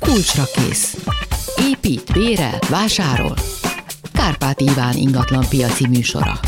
Kulcsra kész. Épít, bérel, vásárol. Kárpát Iván ingatlan piaci műsora.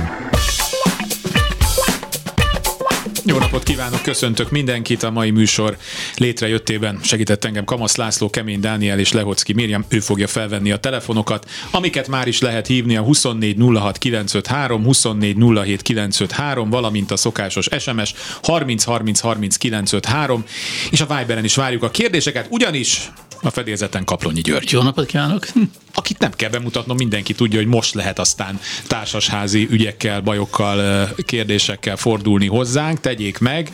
Jó napot kívánok, köszöntök mindenkit. A mai műsor létrejöttében segített engem Kamasz László, Kemény Dániel és Lehocki Miriam. Ő fogja felvenni a telefonokat, amiket már is lehet hívni a 24 06 953, 24 07 953, valamint a szokásos SMS 30 30 30 953, és a Viberen is várjuk a kérdéseket, ugyanis a fedélzeten Kaplonyi György. Jó napot kívánok! Akit nem kell bemutatnom, mindenki tudja, hogy most lehet aztán társasházi ügyekkel, bajokkal, kérdésekkel fordulni hozzánk. Tegyék meg.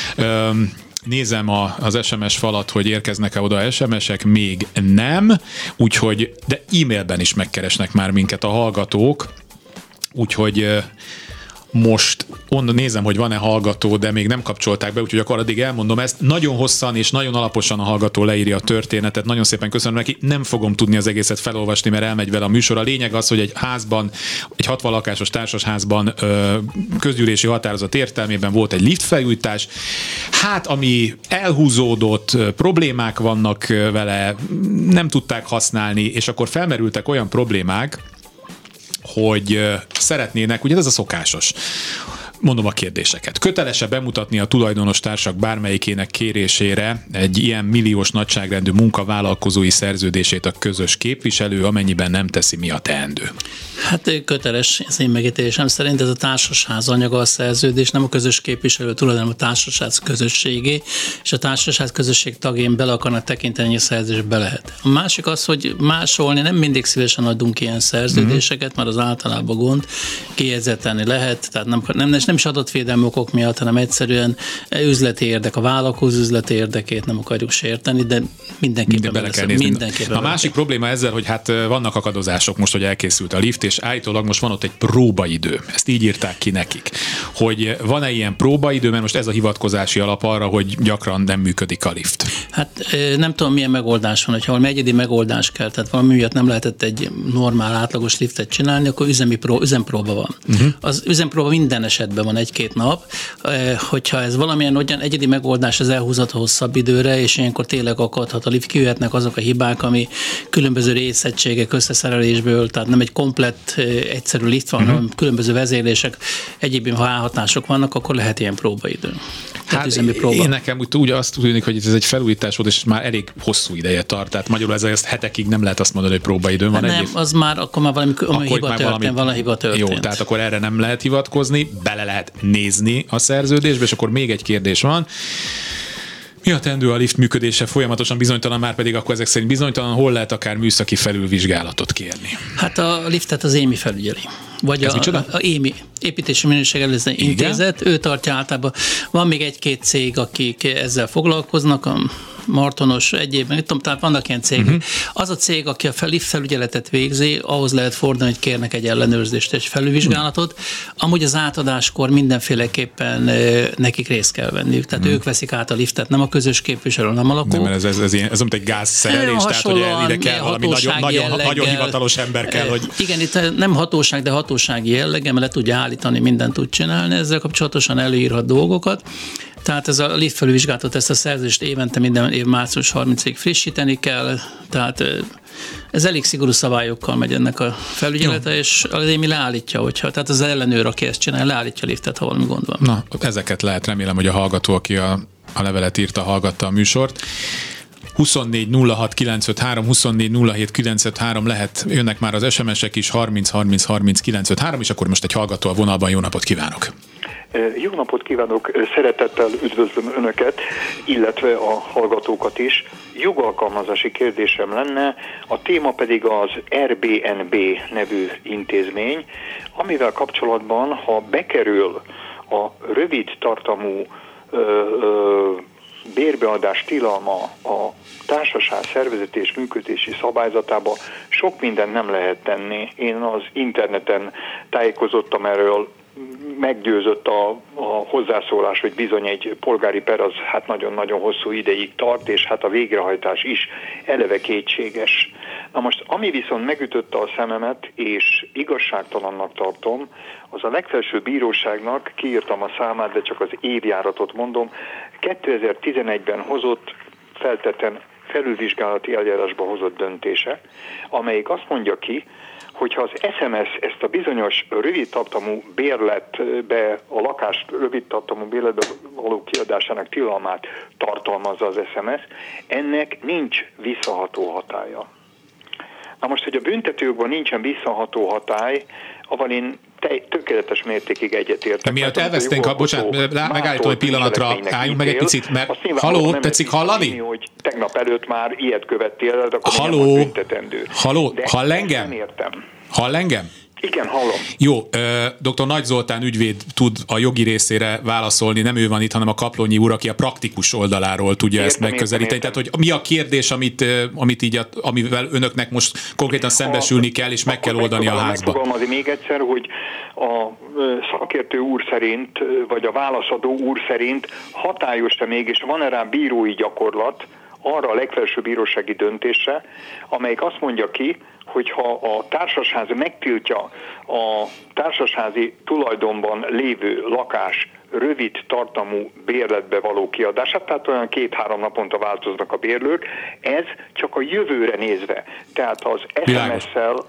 Nézem az SMS falat, hogy érkeznek-e oda SMS-ek, még nem. Úgyhogy, de e-mailben is megkeresnek már minket a hallgatók. Úgyhogy most onnan nézem, hogy van-e hallgató, de még nem kapcsolták be, úgyhogy akkor addig elmondom ezt. Nagyon hosszan és nagyon alaposan a hallgató leírja a történetet. Nagyon szépen köszönöm neki. Nem fogom tudni az egészet felolvasni, mert elmegy vele a műsor. A lényeg az, hogy egy házban, egy 60 lakásos társasházban közgyűlési határozat értelmében volt egy liftfelújítás. Hát, ami elhúzódott, problémák vannak vele, nem tudták használni, és akkor felmerültek olyan problémák, hogy szeretnének, ugye ez a szokásos, mondom a kérdéseket. Kötelese bemutatni a tulajdonos társak bármelyikének kérésére egy ilyen milliós nagyságrendű munkavállalkozói szerződését a közös képviselő, amennyiben nem teszi, mi a teendő? Hát köteles, az én megítélésem szerint ez a társasház anyaga a szerződés, nem a közös képviselő tulajdonképpen a társasház közösségé, és a társasház közösség tagjén bele akarnak tekinteni, hogy a szerződésbe lehet. A másik az, hogy másolni nem mindig szívesen adunk ilyen szerződéseket, mert az általában gond, kijegyzetelni lehet, tehát nem is adatvédelmi okok miatt, hanem egyszerűen üzleti érdek, a vállalkozó üzleti érdekét nem akarjuk sérteni, de mindenképpen bele kell nézni. A másik probléma ezzel, hogy hát vannak akadozások most, hogy elkészült a lift, és állítólag most van ott egy próbaidő. Ezt így írták ki nekik. Hogy van-e ilyen próbaidő, mert most ez a hivatkozási alap arra, hogy gyakran nem működik a lift. Hát nem tudom, milyen megoldás van, hogyha valami egyedi megoldás kell, tehát valami miatt nem lehetett egy normál, átlagos liftet csinálni, akkor üzempróba van. Az üzempróba minden esetben van 1-2 nap, hogyha ez valamilyen olyan egyedi megoldás, ez elhúzhat hosszabb időre, és ilyenkor tényleg akadhat a lift, kijöhetnek azok a hibák, ami különböző részegységek összeszerelésből, tehát nem egy komplett egyszerű lift van, hanem különböző vezérlések, egyéb hatások vannak, akkor lehet ilyen próbaidő. Hát én nekem úgy azt tűnik, hogy ez egy felújítás volt, és már elég hosszú ideje tart. Tehát magyarul ez hetekig nem lehet azt mondani, hogy próbaidő van. Nem, az már, akkor már valami hiba történt. Jó, tehát akkor erre nem lehet hivatkozni, bele lehet nézni a szerződésbe, és akkor még egy kérdés van. Mi a teendő a lift működése folyamatosan bizonytalan, már pedig akkor ezek szerint bizonytalan, hol lehet akár műszaki felülvizsgálatot kérni? Hát a liftet az ÉMI felügyeli. Vagy a ÉMI, Építési Minőség Ellenőrző Intézet, ő tartja általában. Van még 1-2 cég, akik ezzel foglalkoznak, a Martonos, egyéb, tehát vannak ilyen cégek. Az a cég, aki a lift felügyeletet végzi, ahhoz lehet fordulni, hogy kérnek egy ellenőrzést, egy felülvizsgálatot. Amúgy az átadáskor mindenféleképpen nekik részt kell venniük. Tehát ők veszik át a liftet, nem a közös képviselő, nem a lakó. Nem, mert ez mint egy gázszerelés, tehát hogy ide kell valami nagyon hivatalos ember kell, hogy... Igen, itt nem hatóság, de hatósági jellege, mert le tudja állítani, mindent tud csinálni, ezzel kapcsolatosan előírhat dolgokat. Tehát ez a lift felülvizsgálatot, ezt a szerződést évente minden év március 30-ig frissíteni kell, tehát ez elég szigorú szabályokkal megy ennek a felügyelete, és az ÉMI leállítja, tehát az ellenőr, aki ezt csinál, leállítja a liftet, ha valami gond van. Na, ezeket lehet, remélem, hogy a hallgató, aki a levelet írta, hallgatta a műsort. 24 06 953, 24 07 953 lehet, jönnek már az SMS-ek is, 30 30 30 953, és akkor most egy hallgató a vonalban. Jó napot kívánok! Jó napot kívánok, szeretettel üdvözlöm Önöket, illetve a hallgatókat is. Jogalkalmazási kérdésem lenne, a téma pedig az Airbnb nevű intézmény, amivel kapcsolatban, ha bekerül a rövid tartamú bérbeadás tilalma a társaság szervezeti és működési szabályzatába, sok mindent nem lehet tenni. Én az interneten tájékozottam erről, meggyőzött a hozzászólás, hogy bizony egy polgári per az hát nagyon-nagyon hosszú ideig tart, és hát a végrehajtás is eleve kétséges. Na most, ami viszont megütötte a szememet, és igazságtalannak tartom, az a legfelsőbb bíróságnak, kiírtam a számát, de csak az évjáratot mondom, 2011-ben hozott feltetten felülvizsgálati eljárásba hozott döntése, amelyik azt mondja ki, hogyha az SMS ezt a bizonyos rövidtartamú bérletbe, a lakást rövidtartamú bérletbe való kiadásának tilalmát tartalmazza az SMS, ennek nincs visszaható hatálya. Na most, hogy a büntetőjogban nincsen visszaható hatály, avval én tökéletes mértékig egyetértek. Miatt elveszténk, bocsánat, megállítom egy pillanatra, álljunk meg egy picit, mert haló, tetszik hallani? Hogy tegnap előtt már ilyet követtél, akkor haló, büntetendő. Haló, hall engem? Nem értem. Hall engem? Igen, hallom. Jó, dr. Nagy Zoltán ügyvéd tud a jogi részére válaszolni, nem ő van itt, hanem a Kaplonyi úr, aki a praktikus oldaláról tudja ezt megközelíteni. Tehát, hogy mi a kérdés, amit így, amivel önöknek most konkrétan szembesülni kell, és meg kell oldani a házba? Megfogalmazni még egyszer, hogy a szakértő úr szerint, vagy a válaszadó úr szerint hatályos-e mégis, van-e rá bírói gyakorlat arra a legfelsőbb bírósági döntésre, amelyik azt mondja ki, hogyha a társasház megtiltja a társasházi tulajdonban lévő lakás rövid tartamú bérletbe való kiadását, tehát olyan 2-3 naponta változnak a bérlők, ez csak a jövőre nézve. Tehát az SMS-szel,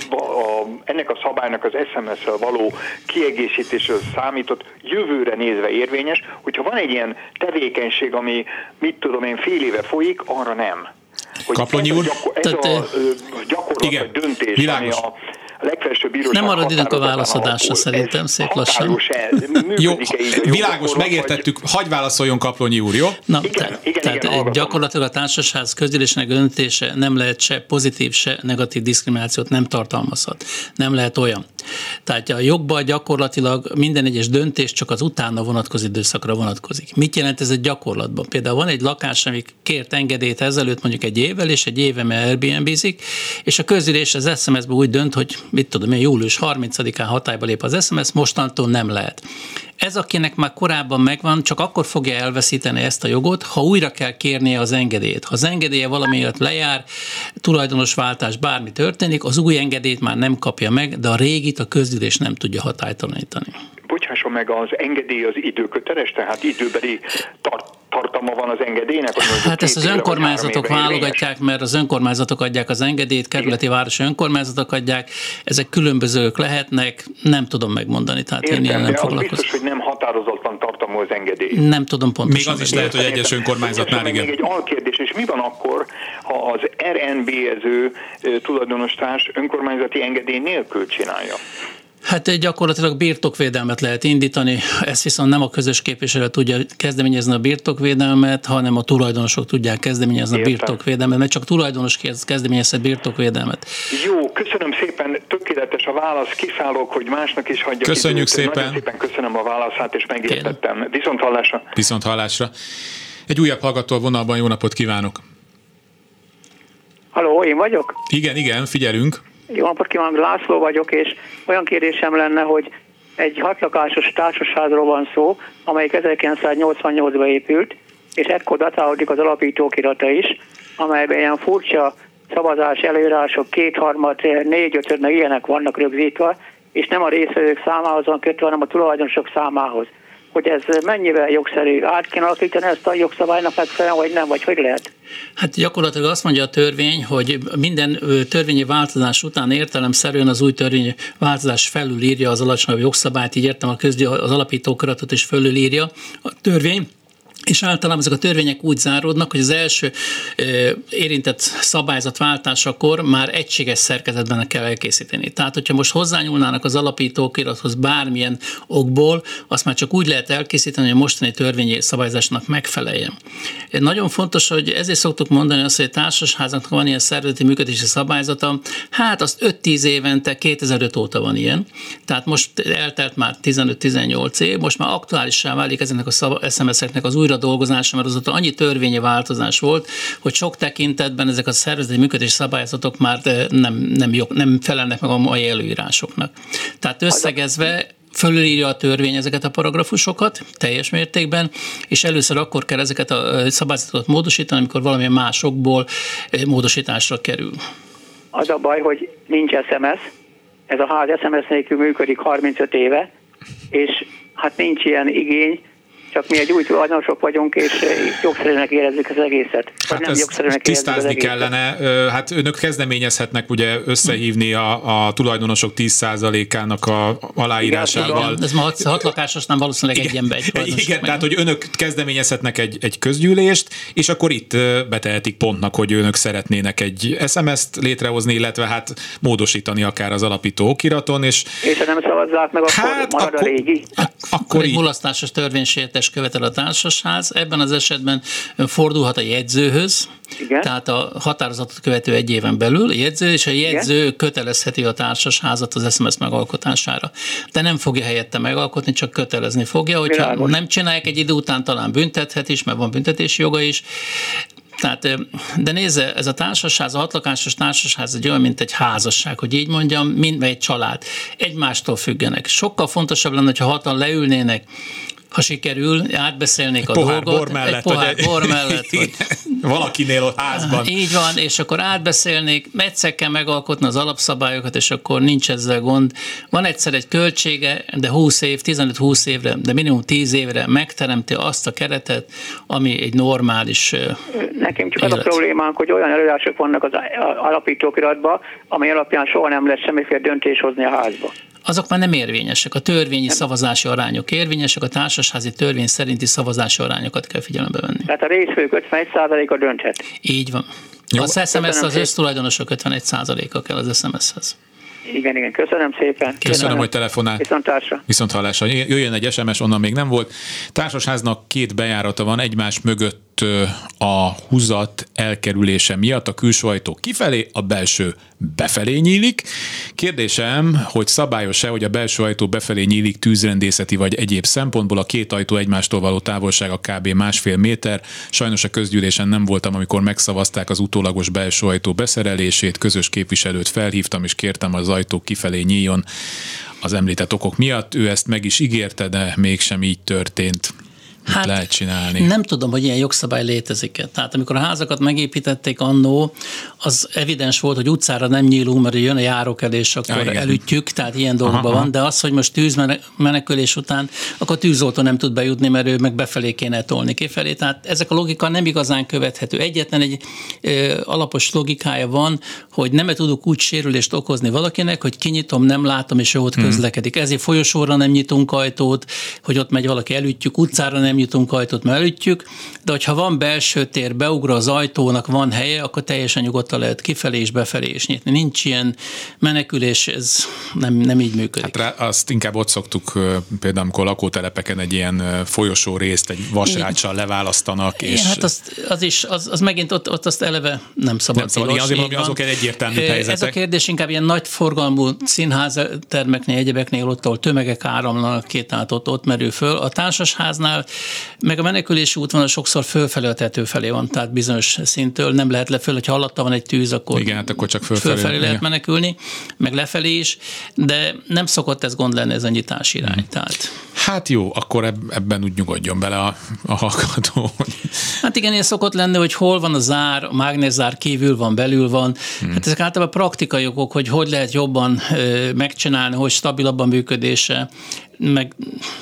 ennek a szabálynak az SMS-szel való kiegészítésről számított jövőre nézve érvényes, hogyha van egy ilyen tevékenység, ami fél éve folyik, arra nem. Kaplonyi úr? Ez a gyakorlat, igen, vagy döntés, világos. Ami a legfelsőbb bíróság nem marad időnk a válaszadásra szerintem, szép lassan. Jó, világos, megértettük, hagyj válaszoljon Kaplonyi úr, jó? Na, tehát gyakorlatilag a társasház közgyűlésének döntése nem lehet se pozitív, se negatív diszkriminációt nem tartalmazhat. Nem lehet olyan. Tehát a jogban gyakorlatilag minden egyes döntés csak az utána vonatkozó időszakra vonatkozik. Mit jelent ez egy gyakorlatban? Például van egy lakás, ami kért engedélyt ezelőtt mondjuk egy évvel, és egy éve már Airbnb-zik, és a közgyűlés az SMS-ben úgy dönt, hogy július 30-án hatályba lép az SMS, mostantól nem lehet. Ez, akinek már korábban megvan, csak akkor fogja elveszíteni ezt a jogot, ha újra kell kérnie az engedélyt. Ha az engedélye valamiért lejár, tulajdonosváltás, bármi történik, az új engedélyt már nem kapja meg, de a régit a közgyűlés nem tudja hatálytalanítani. Bocsásson meg, az engedély az időköteles, tehát időbeli tartalma van az engedélynek? Hát ezt az önkormányzatok válogatják, mert az önkormányzatok adják az engedélyt, kerületi városi önkormányzatok adják, ezek különbözők lehetnek, nem tudom megmondani, tehát értem, én ilyen nem foglalkozom. Biztos, hogy nem határozatlan tartalmú az engedély. Nem tudom pontosan. Még az is lehet, hogy egyes önkormányzatnál igen. Még egy alkérdés, és mi van akkor, ha az RNB-ező tulajdonostárs önkormányzati engedély nélkül csinálja? Hát gyakorlatilag birtokvédelmet lehet indítani, ezt viszont nem a közös képviselő tudja kezdeményezni a birtokvédelmet, hanem a tulajdonosok tudják kezdeményezni a birtokvédelmet, mert csak tulajdonos kezdeményezhet birtokvédelmet. Jó, köszönöm szépen, tökéletes a válasz, kiszállok, hogy másnak is hagyja. Köszönjük szépen. Nagyon szépen köszönöm a válaszát, és megértettem. Viszonthallásra. Viszonthallásra. Egy újabb hallgató vonalban, jó napot kívánok. Halló, én vagyok? Igen, figyelünk. Jó napot kívánok, László vagyok, és olyan kérdésem lenne, hogy egy 6 lakásos társasházról van szó, amelyik 1988-ban épült, és ekkor datálódik az alapítókirata is, amelyben ilyen furcsa szavazás előírások 2/3, 4/5, meg ilyenek vannak rögzítve, és nem a részvevők számához van kötve, hanem a tulajdonosok számához. Hogy ez mennyivel jogszerű? Át kéne alakítani ezt a jogszabálynak megfelelően, vagy nem, vagy hogy lehet? Hát gyakorlatilag azt mondja a törvény, hogy minden törvényi változás után értelemszerűen az új törvényi változás felülírja az alacsonyabb jogszabályt, így értem az alapítókiratot is felülírja a törvény. És általában ezek a törvények úgy záródnak, hogy az első érintett szabályzatváltásakor már egységes szerkezetben kell elkészíteni. Tehát, hogyha most hozzányúlnának az alapítókirathoz bármilyen okból, azt már csak úgy lehet elkészíteni, hogy a mostani törvényi szabályzásnak megfeleljen. Nagyon fontos, hogy ezért szoktuk mondani azt, hogy a társasházaknak van ilyen szervezeti működési szabályzata, hát azt 5-10 évente, 2005 óta van ilyen. Tehát most eltelt már 15-18 év, most már aktuálissá válik ezeknek a SMS-eknek az újra dolgozása, mert azóta annyi törvényi változás volt, hogy sok tekintetben ezek a szervezeti működési szabályzatok már nem felelnek meg a mai előírásoknak. Tehát összegezve fölülírja a törvény ezeket a paragrafusokat teljes mértékben, és először akkor kell ezeket a szabályzatokat módosítani, amikor valamilyen másokból módosításra kerül. Az a baj, hogy nincs SMS, ez a ház SMS nélkül működik 35 éve, és hát nincs ilyen igény, csak mi egy új tulajdonosok vagyunk, és jogszerűnek érezzük az egészet. Hát ezt tisztázni kellene. Hát önök kezdeményezhetnek ugye összehívni a tulajdonosok 10%-ának a aláírásával. Ez ma 6 lakásos, nem valószínűleg egy ember. Igen, tehát hogy önök kezdeményezhetnek egy közgyűlést, és akkor itt betehetik pontnak, hogy önök szeretnének egy SMS-t létrehozni, illetve hát módosítani akár az alapító okiraton. És ha nem szavazzák meg, akkor marad a régi. Akkor egy mulasztásos törvénysértés követel a társasház. Ebben az esetben fordulhat a jegyzőhöz, igen. Tehát a határozatot követő egy éven belül a jegyző, és a jegyző igen. kötelezheti a társasházat az SMS megalkotására. De nem fogja helyette megalkotni, csak kötelezni fogja, hogyha világos. Nem csinálják egy idő után, talán büntethet is, mert van büntetési joga is. Tehát, de nézze, ez a társasház, a 6 lakásos társasház egy olyan, mint egy házasság, hogy így mondjam, vagy egy család. Egymástól függenek. Sokkal fontosabb lenne, hogyha 6-an leülnének, ha sikerül, átbeszélnék a dolgot. Egy pohár bor mellett. Vagy valakinél a házban. Így van, és akkor átbeszélnék, egyszer kell megalkotni az alapszabályokat, és akkor nincs ezzel gond. Van egyszer egy költsége, de 15-20 évre, de minimum 10 évre megteremti azt a keretet, ami egy normális Nekem csak élet. Az a problémánk, hogy olyan előírások vannak az alapítókiratban, amely alapján soha nem lesz semmiféle döntés hozni a házba. Azok már nem érvényesek. A törvényi szavazási arányok érvényesek, a társasházi törvény szerinti szavazási arányokat kell figyelembe venni. Tehát a részvők 51%-a dönthet. Így van. Jó, az SMS az össztulajdonosok 51%-a kell az SMS-hez. Igen, köszönöm szépen. Köszönöm, hogy telefonál. Viszonthallásra. Jöjjön egy SMS, onnan még nem volt. Társasháznak 2 bejárata van, egymás mögött a húzat elkerülése miatt a külső ajtó kifelé, a belső befelé nyílik. Kérdésem, hogy szabályos-e, hogy a belső ajtó befelé nyílik tűzrendészeti vagy egyéb szempontból, a 2 ajtó egymástól való távolsága kb. 1,5 méter. Sajnos a közgyűlésen nem voltam, amikor megszavazták az utólagos belső ajtó beszerelését, közös képviselőt felhívtam, és kértem, az ajtó kifelé nyíljon az említett okok miatt. Ő ezt meg is ígérte, de mégsem így történt. Hát lehet csinálni. Nem tudom, hogy ilyen jogszabály létezik-e. Tehát amikor a házakat megépítették annó, az evidens volt, hogy utcára nem nyílunk, mert jön a járókelés, akkor elütjük, tehát ilyen dolgokban van, de az, hogy most tűzmenekülés után, akkor tűzoltó nem tud bejutni, mert ő meg befelé kéne tolni kifelé. Tehát ezek a logika nem igazán követhető. Egyetlen egy alapos logikája van, hogy nem tudok úgy sérülést okozni valakinek, hogy kinyitom, nem látom, és ő ott közlekedik. Ezért folyosóra nem nyitunk ajtót, hogy ott megy valaki, elütjük, utcára nem nyitunk ajtót, mert elütjük, de hogyha van belső tér, beugra az ajtónak, van helye, akkor teljesen nyugodtan lehet kifelé és befelé is nyitni. Nincs ilyen menekülés, ez nem így működik. Hát azt inkább ott szoktuk, például amikor lakótelepeken egy ilyen folyosó részt egy vasráccsal leválasztanak. És hát az megint ott azt eleve nem szabad. Azért azok egyértelmű helyzetek. Ez a kérdés inkább ilyen nagy forgalmú színháztermeknél, egyebeknél, ott, ahol tömegek áramlanak ki, tehát ott merül föl. A társasháznál meg a menekülési útvonal sokszor fölfelé a tető felé van, tehát bizonyos szintől nem lehet leföl, hogyha alatta van egy tűz, akkor, igen, hát akkor csak fölfelé lehet menekülni, meg lefelé is, de nem szokott ez gond lenni, ez a nyitás irány. Tehát. Hát jó, akkor ebben úgy nyugodjon bele a hallgató. Hát igen, ilyen szokott lenni, hogy hol van a zár, a mágneszár kívül van, belül van. Hát ezek általában praktikai okok, hogy lehet jobban megcsinálni, hogy stabilabban működése, meg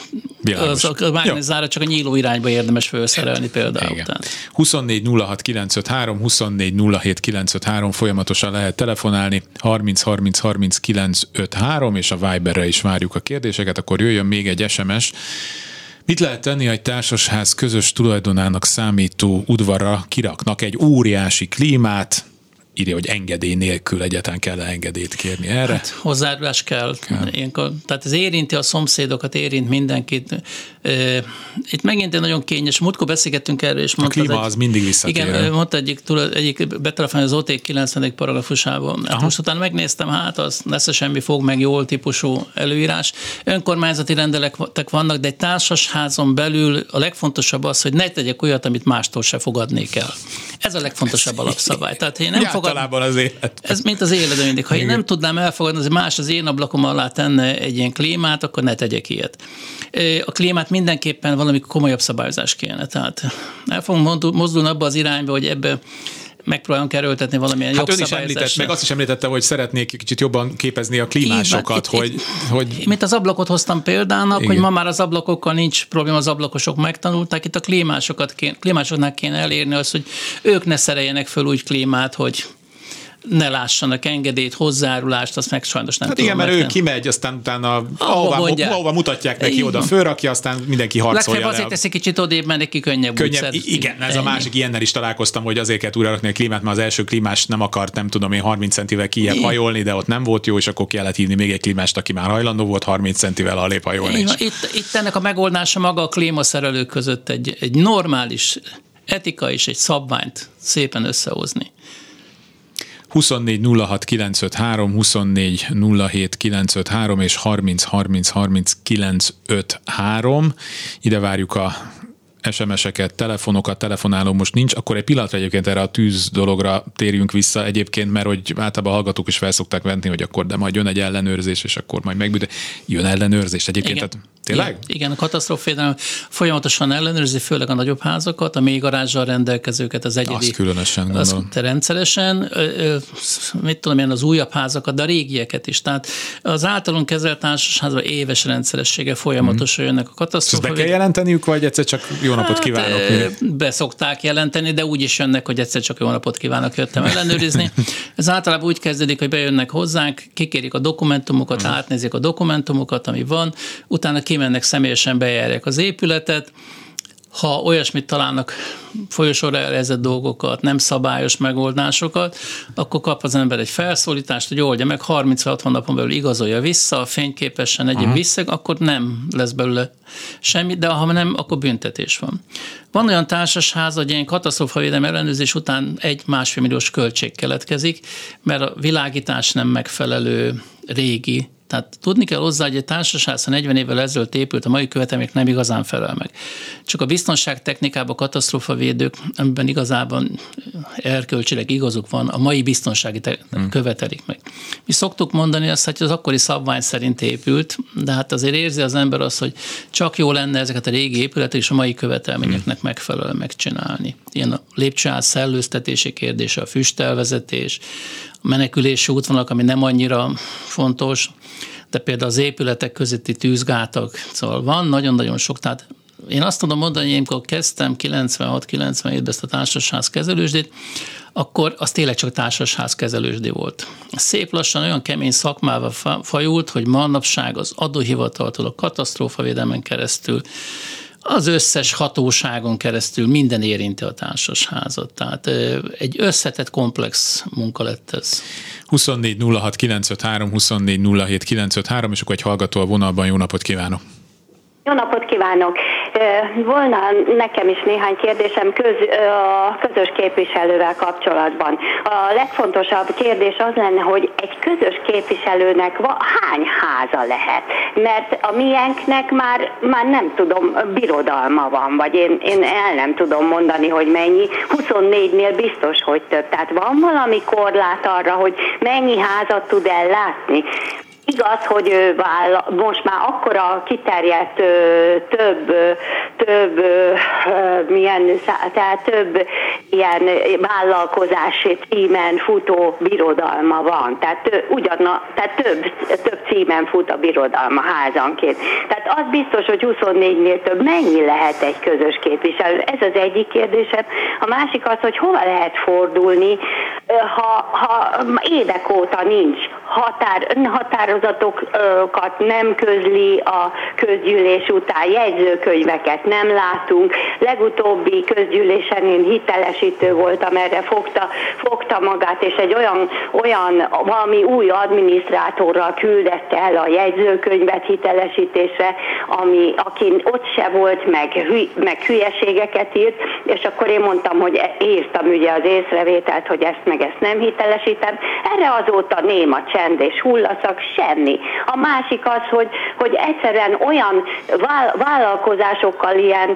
a mágneszára csak a nyíló irányba érdemes felszerelni például. 24 06 953, 24 07 953, folyamatosan lehet telefonálni, 30 30 30 953, és a Viberre is várjuk a kérdéseket, akkor jöjjön még egy SMS. Mit lehet tenni, ha egy társasház közös tulajdonának számító udvarra kiraknak egy óriási klímát, írja, hogy engedély nélkül egyáltalán kell engedélyt kérni erre? Hát hozzájárulás kell. Ilyenkor, tehát ez érinti a szomszédokat, érint mindenkit. Itt megint egy nagyon kényes. Múltkor beszélgettünk erről, és mondta... A klíma az mindig visszatér. Igen, mondta egyik betelefonál az OT 90. paragrafusában. Hát most utána megnéztem, hát az nesze semmi fog, meg jól típusú előírás. Önkormányzati rendeletek vannak, de egy társasházon belül a legfontosabb az, hogy ne tegyek olyat, amit mástól se fogadnék el. Ez a legfontosabb alapszabály. Tehát én nem általában az élet. Ez mint az életben mindig. Ha én nem tudnám elfogadni, hogy más az én ablakom alá tenne egy ilyen klímát, akkor ne tegyek ilyet. A klímát mindenképpen valami komolyabb szabályozás kéne. Tehát el fogunk mozdulni abba az irányba, hogy ebbe megpróbálunk erőltetni valamilyen jogszabályozást. Meg azt is említette, hogy szeretnék kicsit jobban képezni a klímásokat, hogy... Mint az ablakot hoztam példának, igen, hogy ma már az ablakokkal nincs probléma, az ablakosok megtanulták, itt a klímásoknak kéne elérni az, hogy ők ne szereljenek föl úgy klímát, hogy ne lássanak engedélyt, hozzájárulást, azt meg sajnos nem tudom. Igen, mert ő kimegy, aztán utána ahova mutatják neki, oda fölrakja, aztán mindenki harcolja. Legfeljebb azért teszi kicsit odébb, mert neki könnyebb. Igen, ez a másik, ilyennel is találkoztam, hogy azért kellett újra rakni a klímát, mert az első klímás nem akart, nem tudom én, 30 centivel kijebb hajolni, de ott nem volt jó, és akkor kellett hívni még egy klímást, aki már hajlandó volt 30 centivel alébb hajolni. Itt ennek a megoldása maga a klímaszerelők között egy normális etika és egy szabványt szépen összehozni. 24 06 953, 24 07 953 és 30 30 30 953. Ide várjuk a SMS-eket, telefonokat, telefonáló most nincs, akkor egy pillanatra egyébként erre a tűz dologra térjünk vissza egyébként, mert hogy általában hallgatók is felszokták venni, hogy akkor de majd jön egy ellenőrzés, és akkor majd megbüntet. Jön ellenőrzés egyébként, igen. Tehát tényleg? Igen, a katasztrófavédelem folyamatosan ellenőrzi, főleg a nagyobb házakat, a mélygarázsal rendelkezőket, az egyedi. Azt különösen gondolom. Azt rendszeresen, mit tudom én, az újabb házakat, de a régieket is. Tehát az általunk kezelt társasházban éves rendszerességgel folyamatosan jönnek a katasztrófavédelem. Ezt be kell jelenteniük, vagy egyszer csak jó napot kívánok? Be szokták jelenteni, de úgy is jönnek, hogy egyszer csak jó napot kívánok, jöttem ellenőrizni. Ez általában úgy kezdődik, hogy bejönnek hozzánk, kikérik a dokumentumokat, átnézik a dokumentumokat, ami van, utána kimennek személyesen, bejárják az épületet. Ha olyasmit találnak, folyosóra elhelyezett dolgokat, nem szabályos megoldásokat, akkor kap az ember egy felszólítást, hogy oldja meg, 36 napon belül igazolja vissza, fényképesen egyéb visszeg, akkor nem lesz belőle semmi, de ha nem, akkor büntetés van. Van olyan társasház, hogy ilyen katasztrófavédelmi ellenőrzés után 1-1,5 milliós költség keletkezik, mert a világítás nem megfelelő, régi. Tehát tudni kell hozzá, hogy egy társasház, ha 40 évvel ezelőtt épült, a mai követelmények nem igazán felel meg. Csak a biztonságtechnikában katasztrófavédők, amiben igazában erkölcsileg igazuk van, a mai biztonsági követelik meg. Mi szoktuk mondani azt, hogy az akkori szabvány szerint épült, de hát azért érzi az ember azt, hogy csak jó lenne ezeket a régi épületek és a mai követelményeknek megfelelően megcsinálni. Ilyen a lépcsőház szellőztetési kérdése, a füstelvezetés, a menekülési útvonalak, ami nem annyira fontos, de például az épületek közötti tűzgátak, szóval van nagyon-nagyon sok, tehát én azt tudom mondani, hogy amikor kezdtem 96-97-ben ezt a társasház kezelősdét, akkor az tényleg csak társasház kezelősdé volt. Szép lassan olyan kemény szakmával fajult, hogy manapság az adóhivataltól a katasztrófavédelmen keresztül az összes hatóságon keresztül minden érinti a társasházat. Tehát egy összetett, komplex munka lett ez. 24 06 953, 24 07 953, és akkor egy hallgató a vonalban. Jó napot kívánok! Jó napot kívánok! Volna nekem is néhány kérdésem a közös képviselővel kapcsolatban. A legfontosabb kérdés az lenne, hogy egy közös képviselőnek hány háza lehet? Mert a miénknek már nem tudom, birodalma van, vagy én el nem tudom mondani, hogy mennyi. 24-nél biztos, hogy több. Tehát van valami korlát arra, hogy mennyi házat tud ellátni? Igaz, hogy most már akkora kiterjedt több ilyen vállalkozási címen futó birodalma van. Tehát több címen fut a birodalma házanként. Tehát az biztos, hogy 24-nél több. Mennyi lehet egy közös képviselő? Ez az egyik kérdésem. A másik az, hogy hova lehet fordulni, ha évek óta nincs határozatokat nem közli a közgyűlés után, jegyzőkönyveket nem látunk. Legutóbbi közgyűlésen én hitelesítő voltam, erre fogta magát, és egy olyan valami új adminisztrátorral küldette el a jegyzőkönyvet hitelesítésre, aki ott se volt, meg hülyeségeket írt, és akkor én mondtam, hogy írtam ugye az észrevételt, hogy ezt nem hitelesítem. Erre azóta néma csend és hullaszak, semmi. A másik az, hogy egyszerűen olyan vállalkozásokkal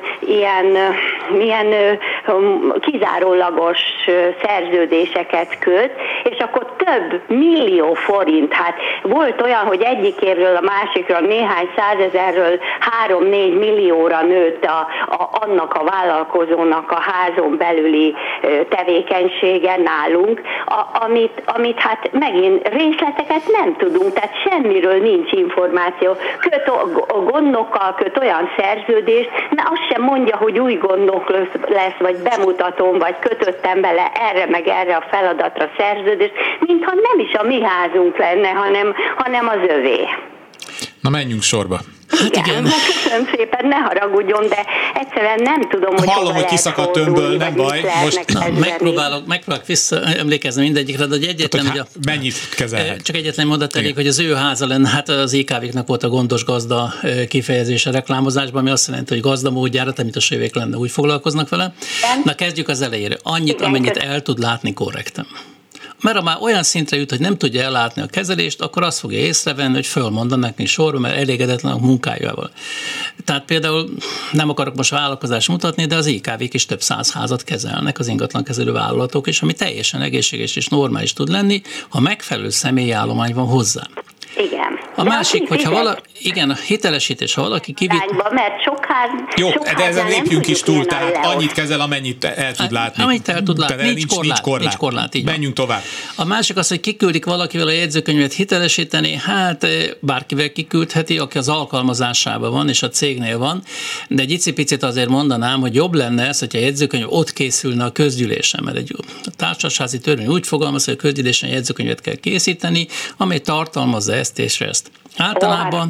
ilyen kizárólagos szerződéseket köt, és akkor több millió forint. Hát volt olyan, hogy egyik évről a másikra néhány százezerről 3-4 millióra nőtt annak a vállalkozónak a házon belüli tevékenysége nálunk, amit hát megint részleteket nem tudunk, tehát semmiről nincs információ. Köt gondnokkal, köt olyan szerződést, azt sem mondja, hogy új gondnok lesz, vagy bemutatom, vagy kötöttem bele erre meg erre a feladatra szerződést, mintha nem is a mi házunk lenne, hanem az övé. Na menjünk sorba. Hát igen. Köszönöm szépen, ne haragudjon, de egyszerűen nem tudom, hogy hallom, hogy kiszakadt tömbből, nem baj. Most megpróbálok visszaemlékezni mindegyikre, de egyetlen, hogy mennyit kezelhet? Csak egyetlen mondat elég, hogy az ő háza lenne, hát az IKV-knak volt a gondos gazda kifejezés a reklámozásban, ami azt jelenti, hogy gazda módjára, mint a sévék lenne, úgy foglalkoznak vele. Na kezdjük az elejére. Annyit, amennyit el tud látni korrekten. Mert ha már olyan szintre jut, hogy nem tudja ellátni a kezelést, akkor azt fogja észrevenni, hogy fölmondanak neki sorba, mert elégedetlen a munkájával. Tehát például nem akarok most vállalkozást mutatni, de az IKV-k is több 100 házat kezelnek, az ingatlankezelő vállalatok is, ami teljesen egészséges és normális tud lenni, ha megfelelő személyi állomány van hozzá. Igen. A másik, hogyha a hitelesítés, ha valaki mert Jó, de ezen lépjünk is túl, tehát annyit kezel, amennyit el tud látni. Amennyit el tud látni, nincs korlát. Így menjünk tovább. A másik az, hogy kiküldik valakivel a jegyzőkönyvet hitelesíteni, hát bárkivel kiküldheti, aki az alkalmazásában van, és a cégnél van, de egy icipicit azért mondanám, hogy jobb lenne ez, hogyha a jegyzőkönyv ott készülne a közgyűlésen, mert egy társasházi törvény úgy fogalmaz, hogy a közgyűlésen jegyzőkönyvet kell készíteni, amely tartalmazza ezt és ezt. Általában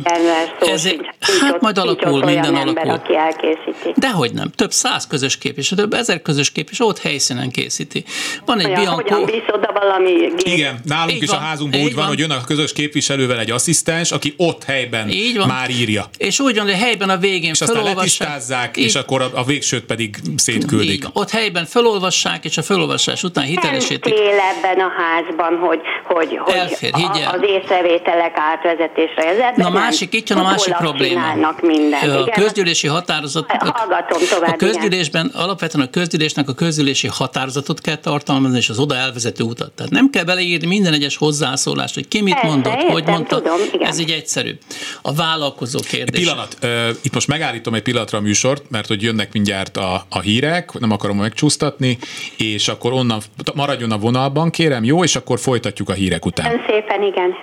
majd alakul, minden alakul. Dehogy nem, több 100 közös képviselő, több 1000 közös képviselő ott helyszínen készíti. Van egy Bianco. Hogyan visz oda valami gép? Igen, nálunk is a házunkban úgy van, hogy jön a közös képviselővel egy asszisztens, aki ott helyben már írja. És úgy van, hogy helyben a végén felolvassák. És aztán letisztázzák, és akkor a végsőt pedig szétküldik. Ott helyben felolvassák, és a felolvasás után hitelesítik. Nem fél ebben a házban, hogy az észrevételek átvezetés. Na másik, itt jön a másik probléma. A közgyűlési határozat. Hallgatom tovább. A közgyűlésben alapvetően a közgyűlésnek a közgyűlési határozatot kell tartalmazni, és az oda elvezető utat. Tehát nem kell beleírni minden egyes hozzászólást, hogy ki mit mondott, hogy mondta. Tudom, ez így egyszerű. A vállalkozó kérdés. Pillanat, itt most megállítom egy pillanatra a műsort, mert hogy jönnek mindjárt a hírek, nem akarom megcsúsztatni, és akkor onnan maradjon a vonalban, kérem, jó, és akkor folytatjuk a hírek után. Ön szépen, igen.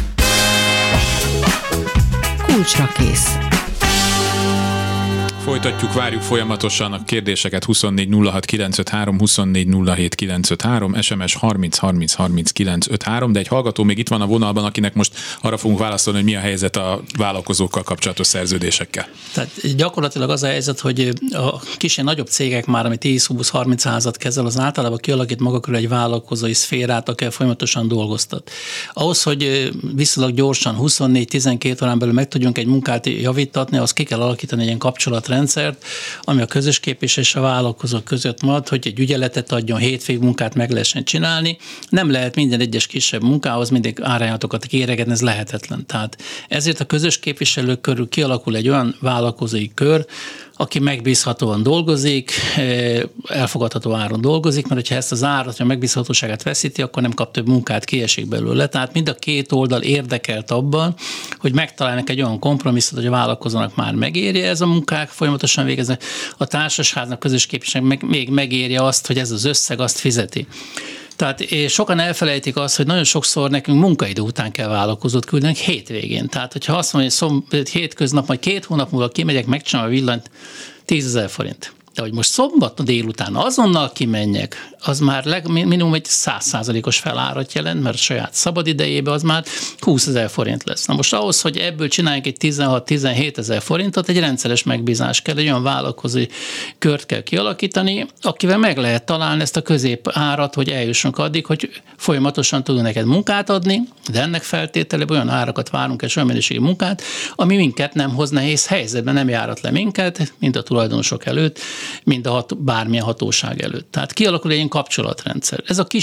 Kulcsra kész. Folytatjuk, várjuk folyamatosan a kérdéseket 24 06 953, 24 07 953, SMS 30 30 30 953, de egy hallgató még itt van a vonalban, akinek most arra fogunk válaszolni, hogy mi a helyzet a vállalkozókkal kapcsolatos szerződésekkel. Tehát gyakorlatilag az a helyzet, hogy a kicsi nagyobb cégek már, ami 10-20-30 házat kezel, az általában kialakít maga körül egy vállalkozói szférát, akkel folyamatosan dolgoztat. Ahhoz, hogy viszonylag gyorsan 24-12 órán belül meg tudjunk egy munkát javítatni, az ki kell alakítani egy ilyen kapcsolatrendszert, ami a közös képviselő és a vállalkozók között marad, hogy egy ügyeletet adjon, hétvégi munkát meg lehessen csinálni. Nem lehet minden egyes kisebb munkához mindig árajánlatokat kéregetni, ez lehetetlen. Tehát ezért a közös képviselők körül kialakul egy olyan vállalkozói kör, aki megbízhatóan dolgozik, elfogadható áron dolgozik, mert hogyha ezt az árat, a megbízhatóságát veszíti, akkor nem kap több munkát, kiesik belőle. Tehát mind a két oldal érdekelt abban, hogy megtalálnak egy olyan kompromisszot, hogy a vállalkozónak már megérje ez a munkák, folyamatosan végezni. A társasháznak, közös képviselőnek még megérje azt, hogy ez az összeg azt fizeti. Tehát sokan elfelejtik azt, hogy nagyon sokszor nekünk munkaidő után kell vállalkozót küldenünk hétvégén. Tehát, hogyha azt mondja, hogy hétköznap, majd 2 hónap múlva kimegyek, megcsinálom a villanyt, 10 000 forint. De hogy most szombat délután azonnal kimenjek, az már minimum egy 100%-os felárat jelent, mert a saját szabadidejében az már 20 000 forint lesz. Na most ahhoz, hogy ebből csináljunk egy 16-17 000 forintot, egy rendszeres megbízás kell, egy olyan vállalkozói kört kell kialakítani, akivel meg lehet találni ezt a közép árat, hogy eljussunk addig, hogy folyamatosan tudunk neked munkát adni, de ennek feltételében olyan árakat várunk és olyan minőségi munkát, ami minket nem hoz nehéz helyzetben, nem járat le minket, mint a tulajdonosok előtt, mint bármilyen hatóság előtt. Tehát kialakul egy ilyen kapcsolatrendszer. Ez a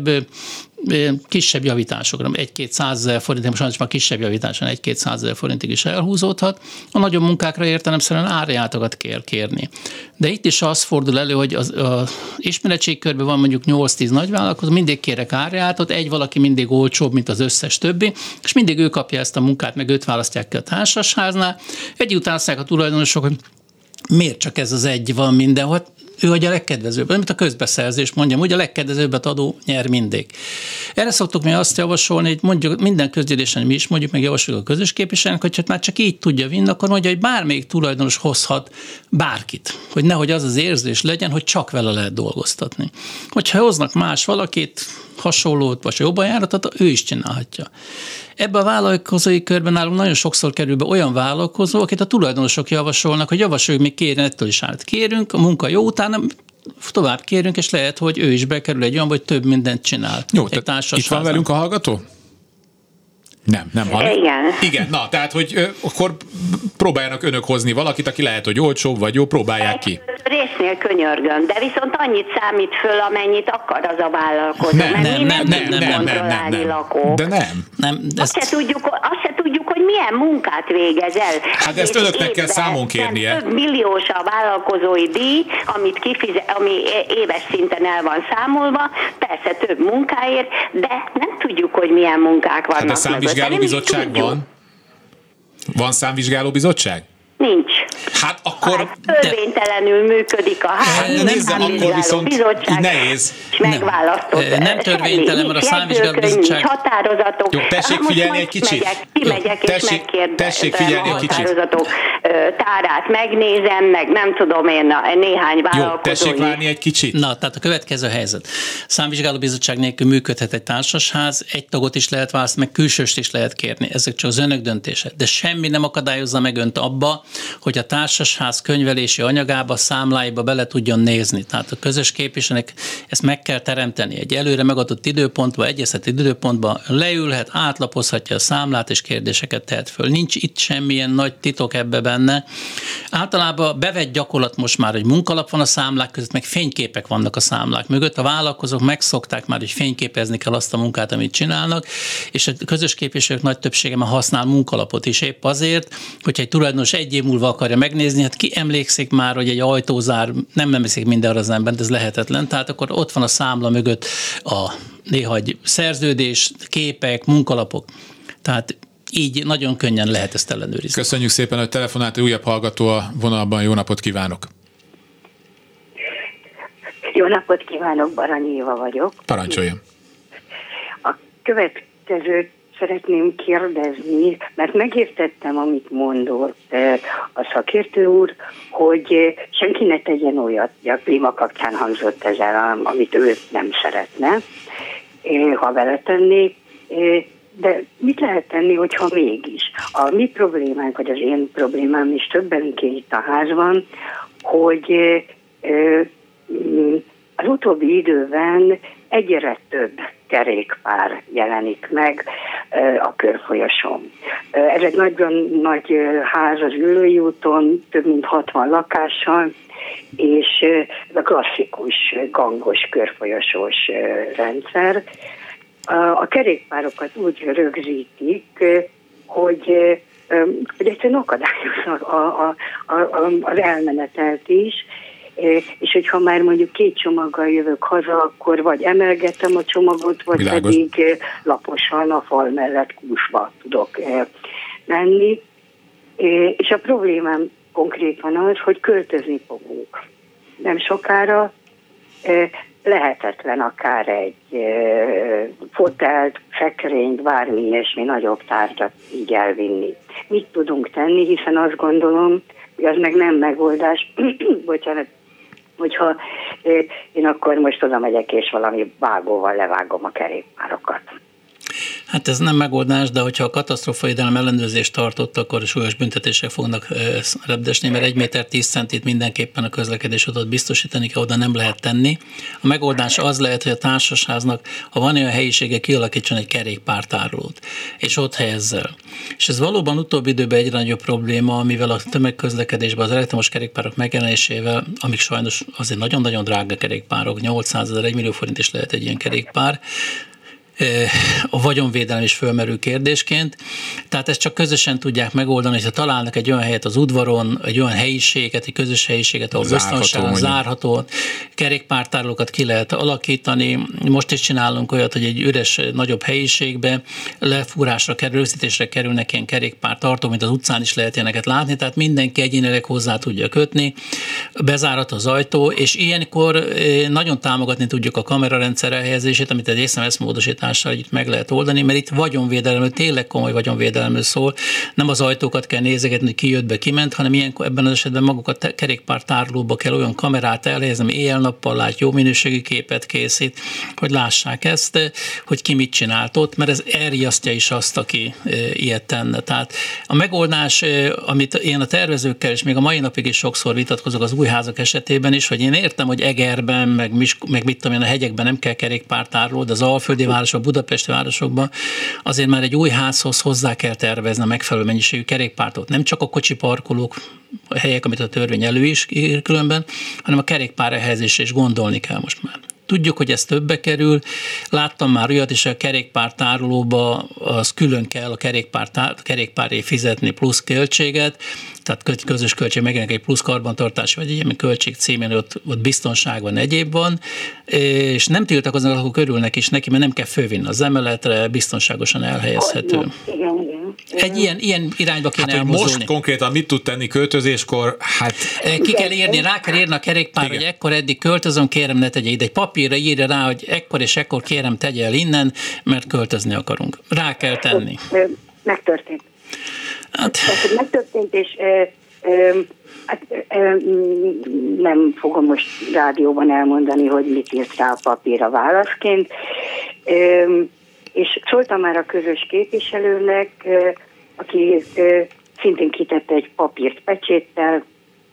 kisebb javításokra, 1-200 forint, most sajnos már kisebb javításon 1-200 forintig is elhúzódhat. A nagyobb munkákra értelemszerűen árjátokat kell kérni. De itt is az fordul elő, hogy az ismeretségkörben van mondjuk 8-10 nagyvállalkozó, mindig kérek árjátot, egy valaki mindig olcsóbb, mint az összes többi, és mindig ő kapja ezt a munkát, meg őt választják ki a társasháznál. Egy után azt mondják a tulajdonosok, hogy miért csak ez az egy van mindenhol? Ő adja a legkedvezőbb, mint a közbeszerzés, mondjam, úgy a legkedvezőbbet adó nyer mindig. Erre szoktuk mi azt javasolni, hogy mondjuk minden közgyűlésen mi is mondjuk, meg javasoljuk a közös képviselőnek, hogy már csak így tudja vinni, akkor mondja, hogy bármelyik tulajdonos hozhat bárkit, hogy nehogy az az érzés legyen, hogy csak vele lehet dolgoztatni. Hogyha hoznak más valakit, hasonlót, vagy jobban járatot, ő is csinálhatja. Ebben a vállalkozói körben nálunk nagyon sokszor kerül be olyan vállalkozó, akit a tulajdonosok javasolnak, hogy javasoljuk, még kérjen, ettől is állt kérünk, a munka jó, utána tovább kérünk, és lehet, hogy ő is bekerül egy olyan, vagy több mindent csinál. Jó, itt van velünk a hallgató? Nem hallgat. Igen, na, tehát, hogy akkor próbáljanak önök hozni valakit, aki lehet, hogy olcsóbb vagy jó, próbálják ki. Résznél könyörgöm, de viszont annyit számít föl, amennyit akar az a vállalkozó. Nem. Lakók. De nem. Azt se tudjuk, hogy milyen munkát végez el. Hát ezt önöknek kell számon kérnie. Több milliós a vállalkozói díj, ami éves szinten el van számolva, persze több munkáért, de nem tudjuk, hogy milyen munkák vannak. Hát a számvizsgálóbizottság van? Van számvizsgálóbizottság? Nincs. Hát akkor... Törvénytelenül működik a akkor viszont bizottság, nehéz. És megválasztott. Nem törvénytelen, mert a számvizsgálóbizottság... Nincs határozatok. Jó, tessék figyelni egy kicsit. Kimegyek és megkérdezem a határozatok tárát, megnézem, meg nem tudom én néhány vállalkozói. Jó, tessék várni egy kicsit. Na, tehát a következő helyzet. Számvizsgálóbizottság nélkül működhet egy társasház, egy tagot is lehet választani, meg külsőst is lehet kérni. Ezek csak az önök döntése. De semmi nem akadályozza meg önt abba, hogy a társasház könyvelési anyagába, számláiba bele tudjon nézni. Tehát a közös képviselőnek ezt meg kell teremteni. Egy előre megadott időpontba, egyeztetett időpontba leülhet, átlapozhatja a számlát, és kérdéseket tehet föl. Nincs itt semmilyen nagy titok ebbe benne. Általában bevett gyakorlat most már, hogy munkalap van a számlák között, meg fényképek vannak a számlák mögött. A vállalkozók megszokták már, hogy fényképezni kell azt a munkát, amit csinálnak, és a közös képviselők nagy többsége már használ munkalapot is épp azért, hogyha egy tulajdonos egy év múlva akarja megnézni, hát ki emlékszik már, hogy egy ajtózár, nem emlékszik mindenre az ember, ez lehetetlen, tehát akkor ott van a számla mögött néha egy szerződés, képek, munkalapok. Tehát így nagyon könnyen lehet ezt ellenőrizni. Köszönjük szépen, hogy telefonált, újabb hallgató a vonalban. Jó napot kívánok! Jó napot kívánok, Baranyi Éva vagyok. Parancsoljon! A következőt szeretném kérdezni, mert megértettem, amit mondott a szakértő úr, hogy senki ne tegyen olyat, a klíma kapcsán hangzott ez el, amit ő nem szeretne, ha vele tennék, de mit lehet tenni, hogyha mégis? A mi problémánk, vagy az én problémám is többenké itt a házban, hogy az utóbbi időben egyre több kerékpár jelenik meg a körfolyosón. Ez egy nagyon nagy ház az Üllői úton, több mint 60 lakással, és ez a klasszikus gangos körfolyosós rendszer. A kerékpárokat úgy rögzítik, hogy egyszerűen akadályoznak az elmenetelt is, és hogyha már mondjuk 2 csomaggal jövök haza, akkor vagy emelgetem a csomagot, vagy Világos. pedig laposan a fal mellett kúsba tudok menni. És a problémám konkrétan az, hogy költözni fogunk. Nem sokára lehetetlen akár egy fotelt, szekrényt, bármi ilyesmi nagyobb tárgyat így elvinni. Mit tudunk tenni, hiszen azt gondolom, hogy az meg nem megoldás, bocsánat, hogyha én akkor most oda megyek és valami vágóval levágom a kerékpárokat. Hát ez nem megoldás, de hogyha a katasztrófavédelem ellenőrzést tartott, akkor súlyos büntetések fognak repdesni, mert 1 méter 10 centit mindenképpen a közlekedés adott biztosítani kell, oda nem lehet tenni. A megoldás az lehet, hogy a társasháznak, ha van olyan helyisége, kialakítson egy kerékpártárolót, és ott helyezze el. És ez valóban utóbbi időben egyre nagyobb probléma, mivel a tömegközlekedésben az elektromos kerékpárok megjelenésével, amik sajnos azért nagyon-nagyon drága kerékpárok, 800 000, 1 millió forint is lehet egy ilyen kerékpár, a vagyonvédelem is fölmerül kérdésként. Tehát ezt csak közösen tudják megoldani, hogyha találnak egy olyan helyet az udvaron, egy olyan helyiséget, egy közös helyiséget, ahol biztonságosan zárható, kerékpártárolókat ki lehet alakítani. Most is csinálunk olyat, hogy egy üres, nagyobb helyiségbe lefúrásra kerül, rögzítésre kerülnek ilyen kerékpártartók, mint az utcán is lehet ilyeneket látni, tehát mindenki egyénileg hozzá tudja kötni, bezárható az ajtó, és ilyenkor nagyon támogatni tudjuk a kamerarendszer elhelyezését, amit egy SMS módosítással együtt meg lehet oldani, mert itt vagyonvédelemről, tényleg komoly vagyonvédelemről szól. Nem az ajtókat kell nézegetni, hogy ki jött be, kiment, hanem ilyenkor ebben az esetben maguk a kerékpártárolóba kell olyan kamerát elhelyezni, ami éjjel-nappal lát, jó minőségű képet készít, hogy lássák ezt, hogy ki mit csinált ott, mert ez elriasztja is azt, aki ilyet tenne. Tehát a megoldás, amit én a tervezőkkel, és még a mai napig is sokszor vitatkozok az új házak esetében is, hogy én értem, hogy Egerben, meg mit tudom én, a hegyekben nem kell kerékpártároló, de az alföldi városok, budapesti városokban azért már egy új házhoz hozzá kell tervezni a megfelelő mennyiségű kerékpártot. Nem csak a kocsi parkolók, a helyek, amit a törvény elő is ír különben, hanem a kerékpár elhelyezésre is gondolni kell most már. Tudjuk, hogy ez többe kerül. Láttam már olyat is, a kerékpártárolóba az külön kell a kerékpáré fizetni plusz költséget, tehát közös költség megjelenik egy plusz karbantartás, vagy egy ilyen költség címén, ott biztonság van, egyéb van, és nem tiltakoznak, akkor körülnek is neki, mert nem kell fölvinni az emeletre, biztonságosan elhelyezhető. Egy ilyen irányba kéne elmozdulni. Most konkrétan mit tud tenni költözéskor? Ki kell írni, rá kell írni a kerékpár, hogy ekkor eddig költözöm, kérem ne tegye ide. Egy papírra írja rá, hogy ekkor és ekkor kérem tegye el innen, mert költözni akarunk. Rá kell tenni. Megtörtént. Megtörtént, és nem fogom most rádióban elmondani, hogy mit írt rá a papírra válaszként. És szóltam már a közös képviselőnek, aki szintén kitette egy papírt pecséttel,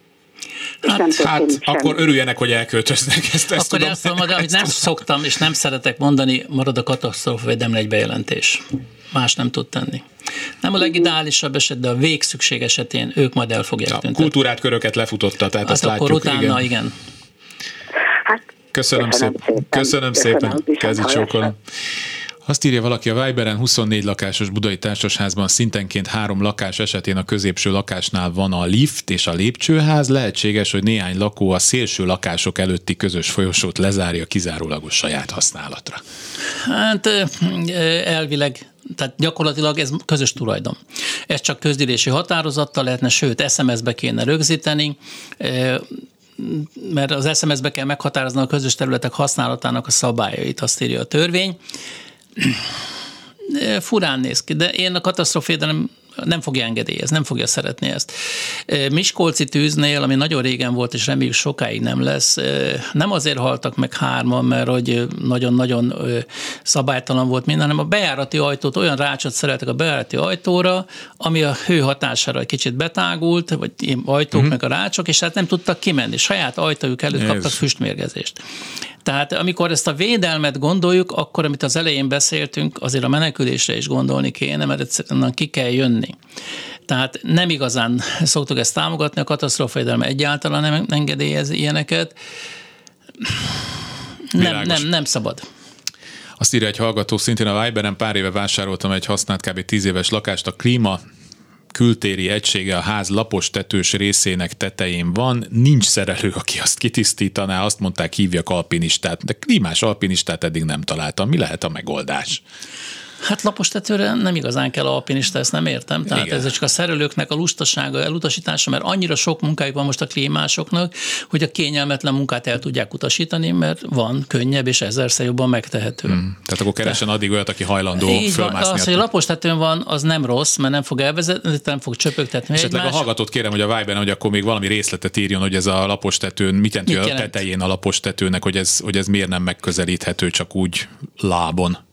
akkor örüljenek, hogy elköltöznek. Ezt akkor tudom. ezt mondom, amit nem szoktam, és nem szeretek mondani, marad a katasztrófavédelem egy bejelentés. Más nem tud tenni. Nem a legideálisabb eset, de a végszükség esetén ők majd el fogják tüntetni. Kultúrát, köröket lefutotta, tehát azt akkor látjuk. Utána, igen. Köszönöm szépen. Kezdjük sokkal. Azt írja valaki a Viberen, 24 lakásos budai társasházban szintenként 3 lakás esetén a középső lakásnál van a lift és a lépcsőház. Lehetséges, hogy néhány lakó a szélső lakások előtti közös folyosót lezárja kizárólagos saját használatra. Hát elvileg, tehát gyakorlatilag ez közös tulajdon. Ez csak közgyűlési határozattal lehetne, sőt SMS-be kéne rögzíteni, mert az SMS-be kell meghatározni a közös területek használatának a szabályait, azt írja a törvény. Furán néz ki, de én a katasztrófavédelem nem fogja engedélyezni, nem fogja szeretni ezt. Miskolci tűznél, ami nagyon régen volt, és reméljük sokáig nem lesz, nem azért haltak meg 3-an, mert hogy nagyon-nagyon szabálytalan volt minden, hanem a bejárati ajtót, olyan rácsot szereltek a bejárati ajtóra, ami a hő hatására egy kicsit betágult, vagy ajtók meg a rácsok, és hát nem tudtak kimenni. Saját ajtójuk előtt kaptak füstmérgezést. Tehát amikor ezt a védelmet gondoljuk, akkor, amit az elején beszéltünk, azért a menekülésre is gondolni kéne, mert egyszerűen ki kell jönni. Tehát nem igazán szoktuk ezt támogatni, a katasztrófavédelem egyáltalán nem engedélyez ilyeneket. Nem szabad. Azt írja egy hallgató, szintén a Viberen, pár éve vásároltam egy használt kb. 10 éves lakást, a klíma kültéri egysége a ház lapos tetős részének tetején van, nincs szerelő, aki azt kitisztítaná, azt mondták, hívjak alpinistát, de klímás alpinistát eddig nem találtam. Mi lehet a megoldás? Hát lapos tetőre nem igazán kell alpinista, ezt nem értem. Tehát igen. Ez csak a szerelőknek a lustasága, elutasítása, mert annyira sok munkájuk van most a klímásoknak, hogy a kényelmetlen munkát el tudják utasítani, mert van könnyebb és 1000-szer jobban megtehető. Tehát akkor keresen addig olyat, aki hajlandó fölmászni. Az, hogy lapos tetőn van, az nem rossz, mert nem fog elvezetni, nem fog csöpögtetni. Esetleg a hallgatót kérem, hogy a Viberen, hogy akkor még valami részletet írjon, hogy ez a lapos tetőn, mit jelent a tetején a lapos tetőnek, hogy ez miért nem megközelíthető csak úgy lábon.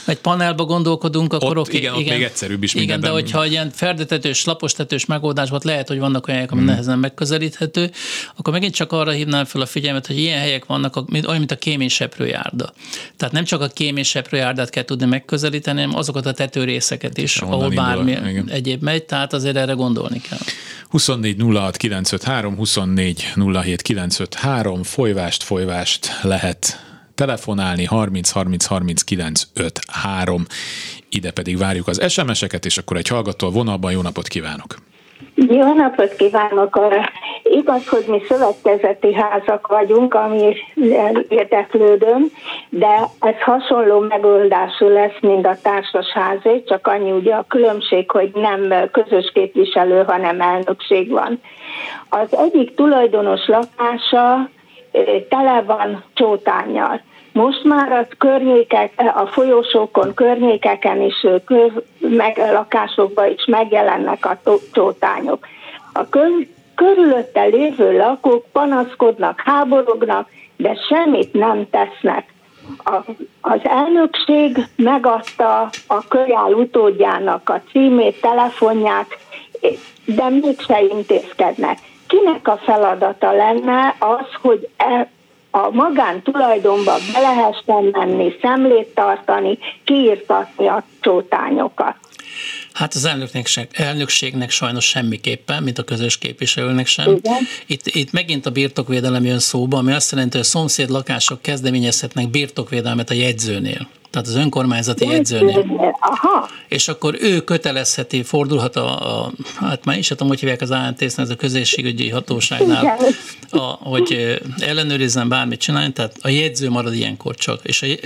Ha egy panelba gondolkodunk, akkor ott, igen, ott még egyszerűbb is igen, mindenben. de hogyha ilyen ferdetetős, lapostetős megoldásban lehet, hogy vannak olyan helyek, ami nehezen megközelíthető, akkor megint csak arra hívnám fel a figyelmet, hogy ilyen helyek vannak, olyan, mint a kéményseprőjárda. Tehát nem csak a kéményseprőjárdát kell tudni megközelíteni, hanem azokat a tetőrészeket is, ahol bármi egyéb megy, tehát azért erre gondolni kell. 24 06 953, 24 07 953, folyvást lehet telefonálni, 30 30 30 953, ide pedig várjuk az SMS-eket, és akkor egy hallgató a vonalban. Jó napot kívánok! Jó napot kívánok! Igaz, hogy mi szövetkezeti házak vagyunk, ami érdeklődöm, de ez hasonló megoldású lesz, mint a társasházé, csak annyi ugye a különbség, hogy nem közös képviselő, hanem elnökség van. Az egyik tulajdonos lakása tele van csótánnyal. Most már a folyosókon, környékeken is, lakásokban is megjelennek a csótányok. A körülötte lévő lakók panaszkodnak, háborognak, de semmit nem tesznek. Az elnökség megadta a kölyál utódjának a címét, telefonját, de mégse intézkednek. Kinek a feladata lenne az, hogy a magántulajdonba be lehessen menni, szemlét tartani, kiirtatni a csótányokat? Hát az elnökségnek sajnos semmiképpen, mint a közös képviselőnek sem. Itt megint a birtokvédelem jön szóba, ami azt jelenti, hogy a szomszéd lakások kezdeményezhetnek birtokvédelmet a jegyzőnél. Tehát az önkormányzati jegyzőnél. Aha. És akkor ő kötelezheti, fordulhat hát már is tudom, hogy hívják az ANT-sznál, ez a közösségügyi hatóságnál, hogy ellenőrizzen, bármit csinálni, tehát a jegyző marad ilyenkor csak.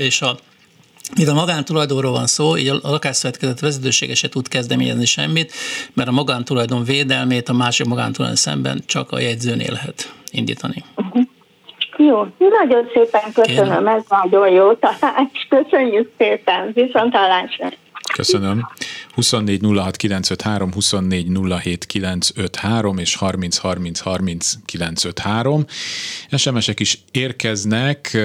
Mivel magántulajdonról van szó, így a lakásszövetkezet vezetősége se tud kezdeményezni semmit, mert a magántulajdon védelmét a másik magántulajdon szemben csak a jegyzőnél lehet indítani. Jó, nagyon szépen köszönöm, ez nagyon jó tanács. Köszönjük szépen, viszonthallásra. Köszönöm. 24 06 953, 24 07 953 és 30 30 30 953. SMS-ek is érkeznek.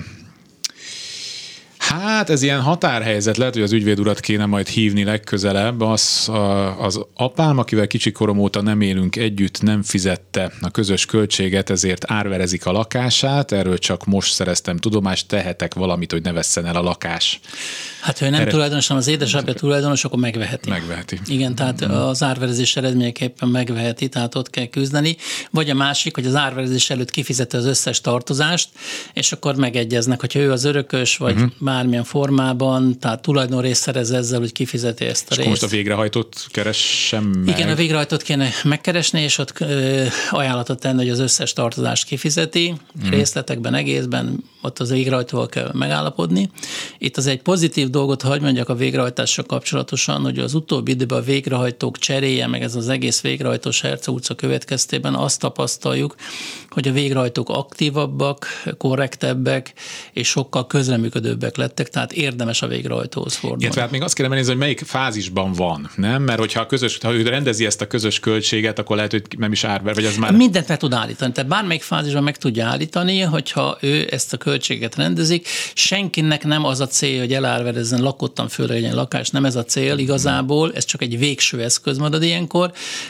Hát ez ilyen határhelyzet, lehet, hogy az ügyvéd urat kéne majd hívni legközelebb. Az apám, akivel kicsikorom óta nem élünk együtt, nem fizette a közös költséget, ezért árverezik a lakását. Erről csak most szereztem tudomást, tehetek valamit, hogy ne vesszen el a lakás. Hát, ha ő nem tulajdonos, hanem az édesapja tulajdonos, akkor megveheti. Megveheti. Igen, tehát az árverezés eredményeképpen megveheti, tehát ott kell küzdeni. Vagy a másik, hogy az árverezés előtt kifizeti az összes tartozást, és akkor megegyeznek, hogyha ő az örökös, vagy bármilyen formában, tehát tulajdonrészt szerez ezzel, hogy kifizeti ezt a részt. Most a végrehajtót keressem meg. Igen, a végrehajtót kéne megkeresni, és ott ajánlatot tenni, hogy az összes tartozást kifizeti, részletekben, egészben, ott az végrehajtóval kell megállapodni. Itt az egy pozitív dolgot hagy mondjak a végrehajtással kapcsolatosan, hogy az utóbbi időben a végrehajtók cseréje, meg ez az egész végrehajtós Herceg utca következtében azt tapasztaljuk, hogy a végrehajtók aktívabbak, korrektebbek, és sokkal közreműködőbbek lettek, tehát érdemes a végrehajtóhoz fordulni. Igen, tehát még azt kéne nézni, hogy melyik fázisban van, nem? Mert ha ő rendezi ezt a közös költséget, akkor lehet, hogy nem is árver, vagy az már... Mindent meg tud állítani, tehát bármelyik fázisban meg tudja állítani, hogyha ő ezt a költséget rendezik. Senkinek nem az a cél, hogy elárverezzen, lakottan föl legyen lakás, nem ez a cél igazából, ez csak egy végső eszköz marad ilyenkor.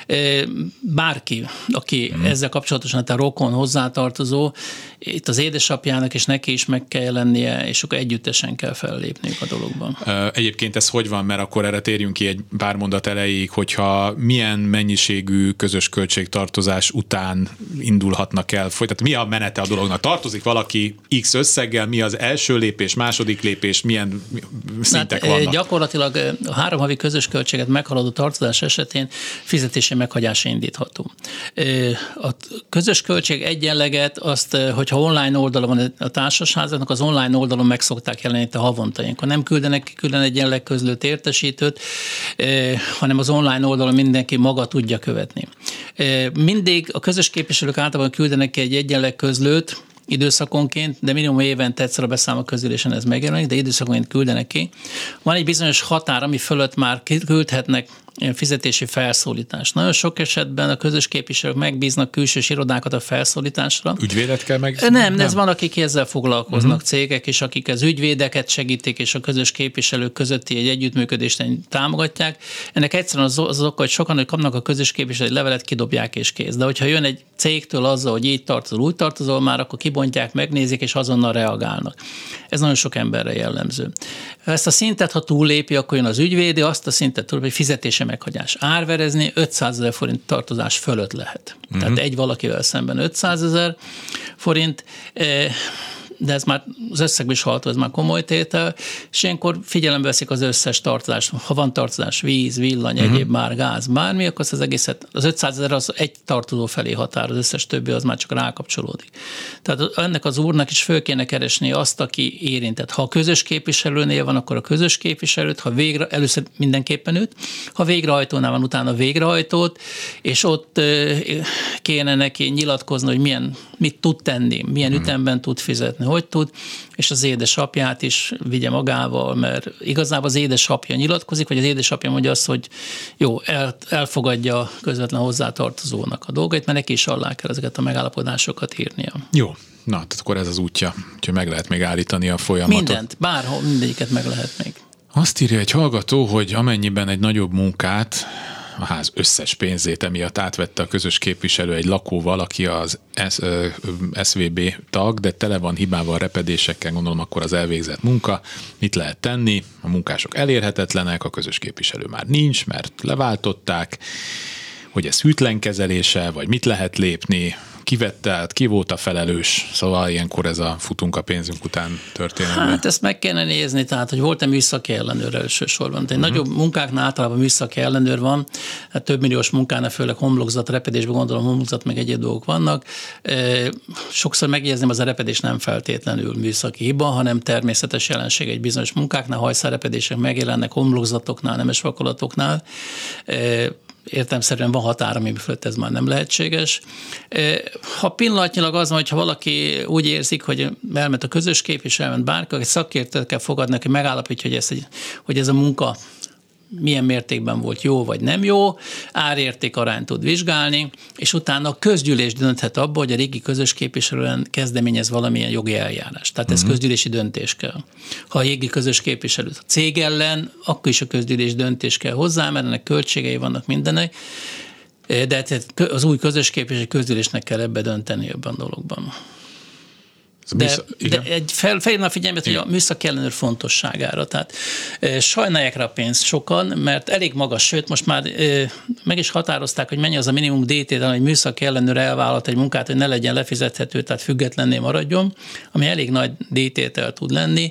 Bárki, aki ezzel kapcsolatosan, tehát rokon, hozzátartozó, itt az édesapjának és neki is meg kell lennie, és akkor együttesen kell fellépniük a dologban. Egyébként ez hogy van, mert akkor erre térjünk ki egy pár mondat elejéig, hogyha milyen mennyiségű közös költségtartozás után indulhatnak el, tehát mi a menete a dolognak? Tartozik valaki X összeggel, mi az első lépés, második lépés, milyen szintek vannak? Gyakorlatilag a 3 havi közös költséget meghaladó tartozás esetén fizetési meghagyása indítható. A közös költség egyenleget azt, hogyha online oldalon van a társasházaknak, az online oldalon meg szokták jeleníteni havonta. Ilyenkor nem küldenek ki külön egy jellegközlőt, értesítőt, hanem az online oldalon mindenki maga tudja követni. Mindig a közös képviselők általában küldenek ki egy egyenlegközlőt időszakonként, de minimum évente egyszer a beszámolóközülésen ez megjelenik, de időszakonként küldenek ki. Van egy bizonyos határ, ami fölött már küldhetnek ilyen fizetési felszólítás. Nagyon sok esetben a közös képviselők megbíznak külsős irodákat a felszólításra. Ügyvédet kell meg? Nem, ez van, akik ezzel foglalkoznak, cégek, és akik az ügyvédeket segítik, és a közös képviselők közötti egy együttműködést támogatják. Ennek egyszerűen az oka, hogy sokan, hogy kapnak a közös képviselő levelet, kidobják és kész. De hogyha jön egy cégtől azzal, hogy így tartozol, úgy tartozol, már akkor kibontják, megnézik, és azonnal reagálnak. Ez nagyon sok emberre jellemző. Ezt a szintet, ha túllépi, akkor jön az ügyvédi, azt a szintet túl, hogy fizetése meghagyás. Árverezni 500 000 forint tartozás fölött lehet. Tehát egy valakivel szemben 500 000 forint, de ez már az összegbe is haltó, ez már komoly tétel, és ilyenkor figyelembe veszik az összes tartozást. Ha van tartozás, víz, villany, egyéb már gáz, bármi, akkor az egészet, az 500 000 az egy tartozó felé határ, az összes többi az már csak rákapcsolódik. Tehát ennek az úrnak is föl kéne keresni azt, aki érintett. Ha a közös képviselőnél van, akkor a közös képviselőt, ha először mindenképpen őt, ha végrehajtónál van, utána a végrehajtót, és ott kéne neki nyilatkozni, hogy mit tud tenni, milyen ütemben tud fizetni, hogy tud, és az édesapját is vigye magával, mert igazából az édesapja nyilatkozik, vagy az édesapja mondja azt, hogy jó, elfogadja közvetlen hozzátartozónak a dolgait, mert neki is alá kell ezeket a megállapodásokat írnia. Jó, na, tehát akkor ez az útja, úgyhogy meg lehet még állítani a folyamatot. Mindent, bárhol, mindegyiket meg lehet még. Azt írja egy hallgató, hogy amennyiben egy nagyobb munkát, a ház összes pénzét emiatt átvette a közös képviselő egy lakóval, aki az SVB tag, de tele van hibával, repedésekkel, gondolom akkor az elvégzett munka. Mit lehet tenni? A munkások elérhetetlenek, a közös képviselő már nincs, mert leváltották, hogy ez hűtlen vagy mit lehet lépni, ki vette át, ki volt a felelős, szóval ilyenkor ez a futunk a pénzünk után történetben. Hát ezt meg kellene nézni, tehát hogy volt-e műszaki ellenőr elsősorban. Tehát nagyobb munkáknál általában műszaki ellenőr van, hát több milliós munkánál, főleg homlokzat, repedésben gondolom homlokzat, meg egyéb dolgok vannak. Sokszor megjegyezném, az a repedés nem feltétlenül műszaki hiba, hanem természetes jelenség egy bizonyos munkáknál, hajszárrepedések megjelennek, homlokzatoknál, nemes vakolatoknál. Értelemszerűen van határ, ami fölött ez már nem lehetséges. Ha pillanatnyilag az van, hogyha valaki úgy érzik, hogy elment a közös képviselő, elment bárki, egy szakértőt kell fogadni, aki megállapítja, hogy ez a munka milyen mértékben volt jó vagy nem jó, árérték arányt tud vizsgálni, és utána a közgyűlés dönthet abba, hogy a régi közös képviselően kezdeményez valamilyen jogi eljárást. Tehát ez közgyűlési döntés kell. Ha a régi közös képviselő a cég ellen, akkor is a közgyűlés döntés kell hozzá, mert ennek költségei vannak mindenek, de az új közös képviselő közgyűlésnek kell ebbe dönteni ebben a dologban. De felhívnám a figyelmet, hogy a műszaki ellenőr fontosságára. Tehát sajnálják rá a pénzt sokan, mert elég magas, sőt most már meg is határozták, hogy mennyi az a minimum díjtétel, hogy műszaki ellenőr elvállalt egy munkát, hogy ne legyen lefizethető, tehát függetlenné maradjon, ami elég nagy díjtétel tud lenni,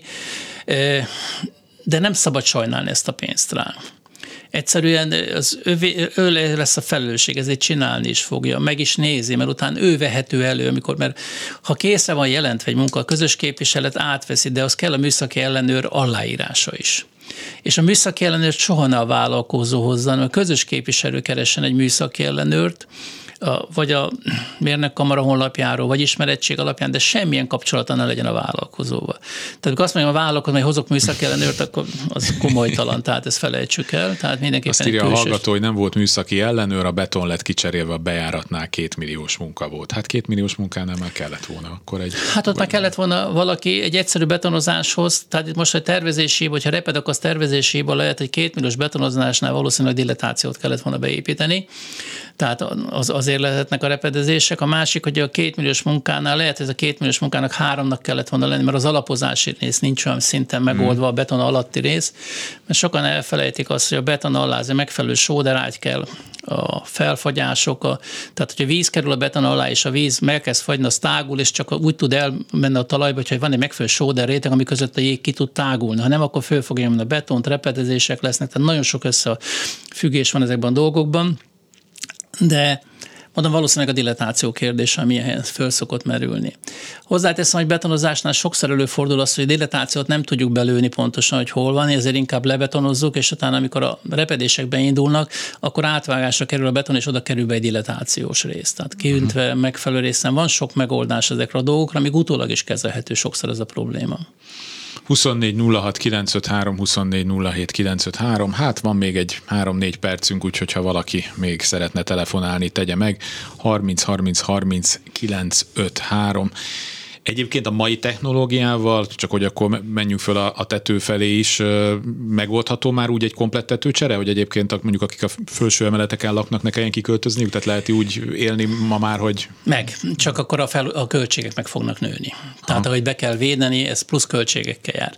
de nem szabad sajnálni ezt a pénzt rá. Egyszerűen ő lesz a felelősség, ezért csinálni is fogja, meg is nézi, mert utána ő vehető elő, mert ha készre van jelentve egy munka, a közös képviselet átveszi, de az kell a műszaki ellenőr aláírása is. És a műszaki ellenőrt soha ne a vállalkozó hozzá, hanem a közös képviselő keressen egy műszaki ellenőrt, vagy a mérnökkamara honlapjáról, vagy ismerettség alapján, de semmilyen kapcsolata ne legyen a vállalkozóval. Tehát azt mondjam, a vállalkozó, hogy hozok műszaki ellenőrt, akkor az komolytalan, tehát ezt felejtsük el. Tehát mindenképpen azt írja a hallgató, hogy nem volt műszaki ellenőr, a beton lett kicserélve, a bejáratnál 2 milliós munka volt. Hát 2 milliós munkánál már kellett volna. Akkor hát ott már kellett volna valaki egy egyszerű betonozáshoz, tehát most a tervezési, hogyha reped, akkor az tervezési hiba lehet, hogy 2 milliós betonozásnál valószínűleg dilatációt kellett volna beépíteni. Tehát azért lehetnek a repedezések. A másik, hogy a 2 milliós munkánál lehet, hogy ez a 2 milliós munkának 3-nak kellett volna lenni, mert az alapozási rész nincs olyan szinten megoldva, a beton alatti rész, mert sokan elfelejtik azt, hogy a beton alá megfelelő sóderágy kell, a felfagyások, tehát hogyha víz kerül a beton alá, és a víz elkezd fagyni, az tágul, és csak úgy tud elmenni a talajba, hogyha van egy megfelelő sóder réteg, ami között a jég ki tud tágulni. Ha nem, akkor föl fogja menni a betont, repedezések lesznek, tehát nagyon sok összefüggés van ezekben a dolgokban. De mondom, valószínűleg a dilatáció kérdése, ami ehhez föl szokott merülni. Hozzáteszem, hogy betonozásnál sokszor előfordul az, hogy a dilatációt nem tudjuk belőni pontosan, hogy hol van, ezért inkább lebetonozzuk, és utána, amikor a repedések beindulnak, akkor átvágásra kerül a beton, és oda kerül be egy dilatációs rész. Tehát kiüntve megfelelő részen van sok megoldás ezekre a dolgokra, amíg utólag is kezelhető sokszor ez a probléma. 24 06 953, 24 07 953. Hát van még egy 3-4 percünk, úgyhogy ha valaki még szeretne telefonálni, tegye meg. 30 30 30 953. Egyébként a mai technológiával, csak hogy akkor menjünk föl a tető felé is, megoldható már úgy egy komplett tetőcsere, hogy egyébként mondjuk akik a felső emeleteken laknak, ne kelljen kiköltözniük, tehát lehet úgy élni ma már, hogy... Meg, csak akkor a költségek meg fognak nőni. Tehát ahogy be kell védeni, ez plusz költségekkel jár.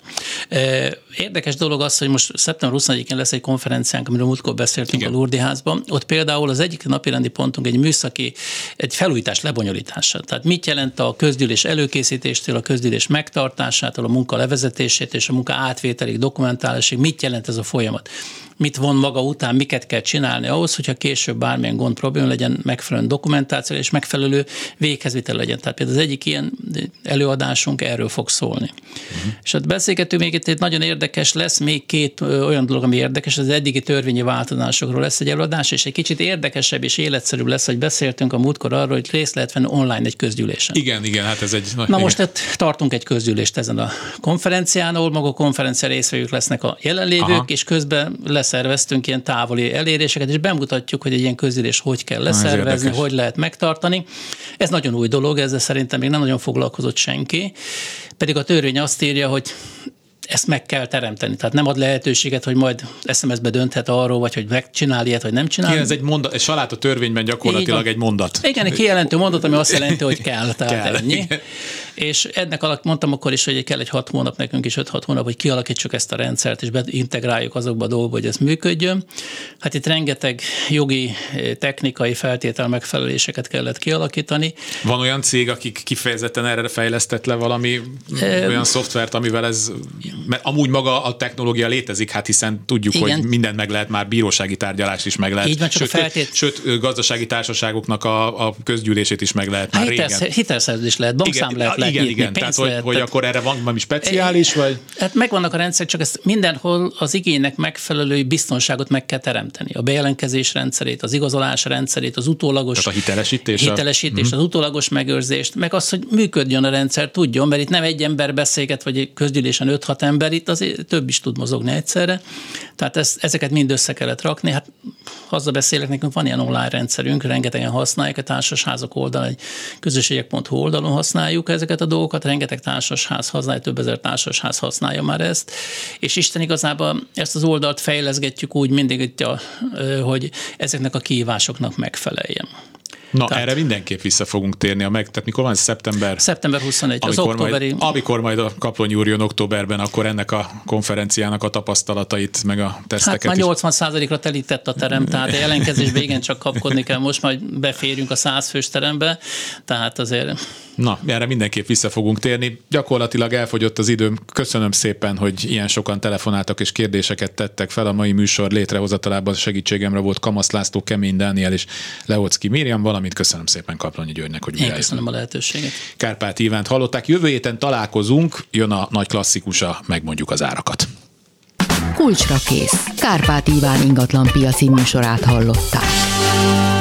Érdekes dolog az, hogy most szeptember 21-én lesz egy konferenciánk, amiről múltkor beszéltünk a Lourdes házban. Ott például az egyik napirendi pontunk egy műszaki, egy felújítás lebonyolítása. Tehát mit jelent a közgyűlés előkészítéstől, a közgyűlés megtartásától, a munka levezetését és a munka átvételig, dokumentálásig, mit jelent ez a folyamat? Mit von maga után, miket kell csinálni ahhoz, hogyha később bármilyen gond, probléma legyen, megfelelő dokumentáció és megfelelő végezvitel legyen. Tehát például az egyik ilyen előadásunk erről fog szólni. És ott beszélgetünk még itt nagyon érdekes lesz, még két olyan dolog, ami érdekes, az eddigi törvényi változásokról lesz egy előadás, és egy kicsit érdekesebb és életszerűbb lesz, hogy beszéltünk a múltkor arról, hogy részt lehet venni online egy közgyűlésen. Igen, hát ez egy... Most tartunk egy közgyűlést ezen a konferencián, ahol maga a konferencia résztvevők lesznek a jelenlévők, és közben leszerveztünk ilyen távoli eléréseket, és bemutatjuk, hogy egy ilyen közgyűlést hogy kell leszervezni, hogy lehet megtartani. Ez nagyon új dolog, ezzel szerintem még nem nagyon foglalkozott senki, pedig a törvény azt írja, hogy ezt meg kell teremteni. Tehát nem ad lehetőséget, hogy majd SMS-be dönthet arról, vagy hogy megcsinál ilyet, vagy nem csinál. Igen, ez egy mondat, egy saláta törvényben gyakorlatilag egy mondat. Igen, egy kijelentő mondat, ami azt jelenti, hogy kell. Tehát ennyi. Igen. És ennek mondtam akkor is, hogy kell egy 6 hónap, nekünk is 5-6 hónap, hogy kialakítsuk ezt a rendszert, és beintegráljuk azokba a dolgokba, hogy ez működjön. Hát itt rengeteg jogi, technikai feltétel megfeleléseket kellett kialakítani. Van olyan cég, akik kifejezetten erre fejlesztett le valami olyan szoftvert, amivel ez... Mert amúgy maga a technológia létezik, hát hiszen tudjuk, igen, hogy mindent meg lehet, már bírósági tárgyalást is meg lehet. Így van, sőt, gazdasági társaságoknak a közgyűlését is meg lehet már régen. Hitelszerződés lehet, bankszámlát lehet nyitni, igen, tehát hogy akkor erre van valami speciális, vagy? Hát megvannak a rendszerek, csak ezt mindenhol az igénynek megfelelő biztonságot meg kell teremteni. A bejelentkezés rendszerét, az igazolás rendszerét, az utólagos... Tehát a hitelesítés, az utólagos megőrzést, meg az, hogy működjön a rendszer, tudjon, mert itt nem egy ember beszélget, vagy egy közgyűlésen 5-6 ember, itt azért több is tud mozogni egyszerre. Tehát ezeket mind össze kellett rakni. Hát haza-beszélek, nekünk van ilyen online rendszerünk, rengetegen használjuk, a társasházak oldalon, egy közösségek.hu oldalon használjuk ezeket a dolgokat, rengeteg társasház használja, több ezer társasház használja már ezt, és Isten igazából ezt az oldalt fejleszgetjük úgy mindig, hogy ezeknek a kihívásoknak megfeleljen. Tehát, erre mindenképp vissza fogunk térni. Tehát mikor van ez? Szeptember 21, az októberi. Amikor majd a Kaplony úr jön októberben, akkor ennek a konferenciának a tapasztalatait, meg a teszteket. Hát már 80%-ra telített a terem, tehát a jelentkezésben igencsak kapkodni kell. Most majd beférjünk a 100 fős terembe, tehát azért... Erre mindenképp vissza fogunk térni. Gyakorlatilag elfogyott az időm. Köszönöm szépen, hogy ilyen sokan telefonáltak és kérdéseket tettek fel. A mai műsor létrehozatalában segítségemre volt Kamasz László, Kemény Dániel és Leocki Miriam, valamint köszönöm szépen Kaplonyi Györgynek, hogy én köszönöm a lehetőséget. Kárpát Ivánt hallották. Jövő héten találkozunk, jön a nagy klasszikusa, megmondjuk az árakat. Kulcsra kész. Kárpát Iván ingatlanpiaci műsorát hallották.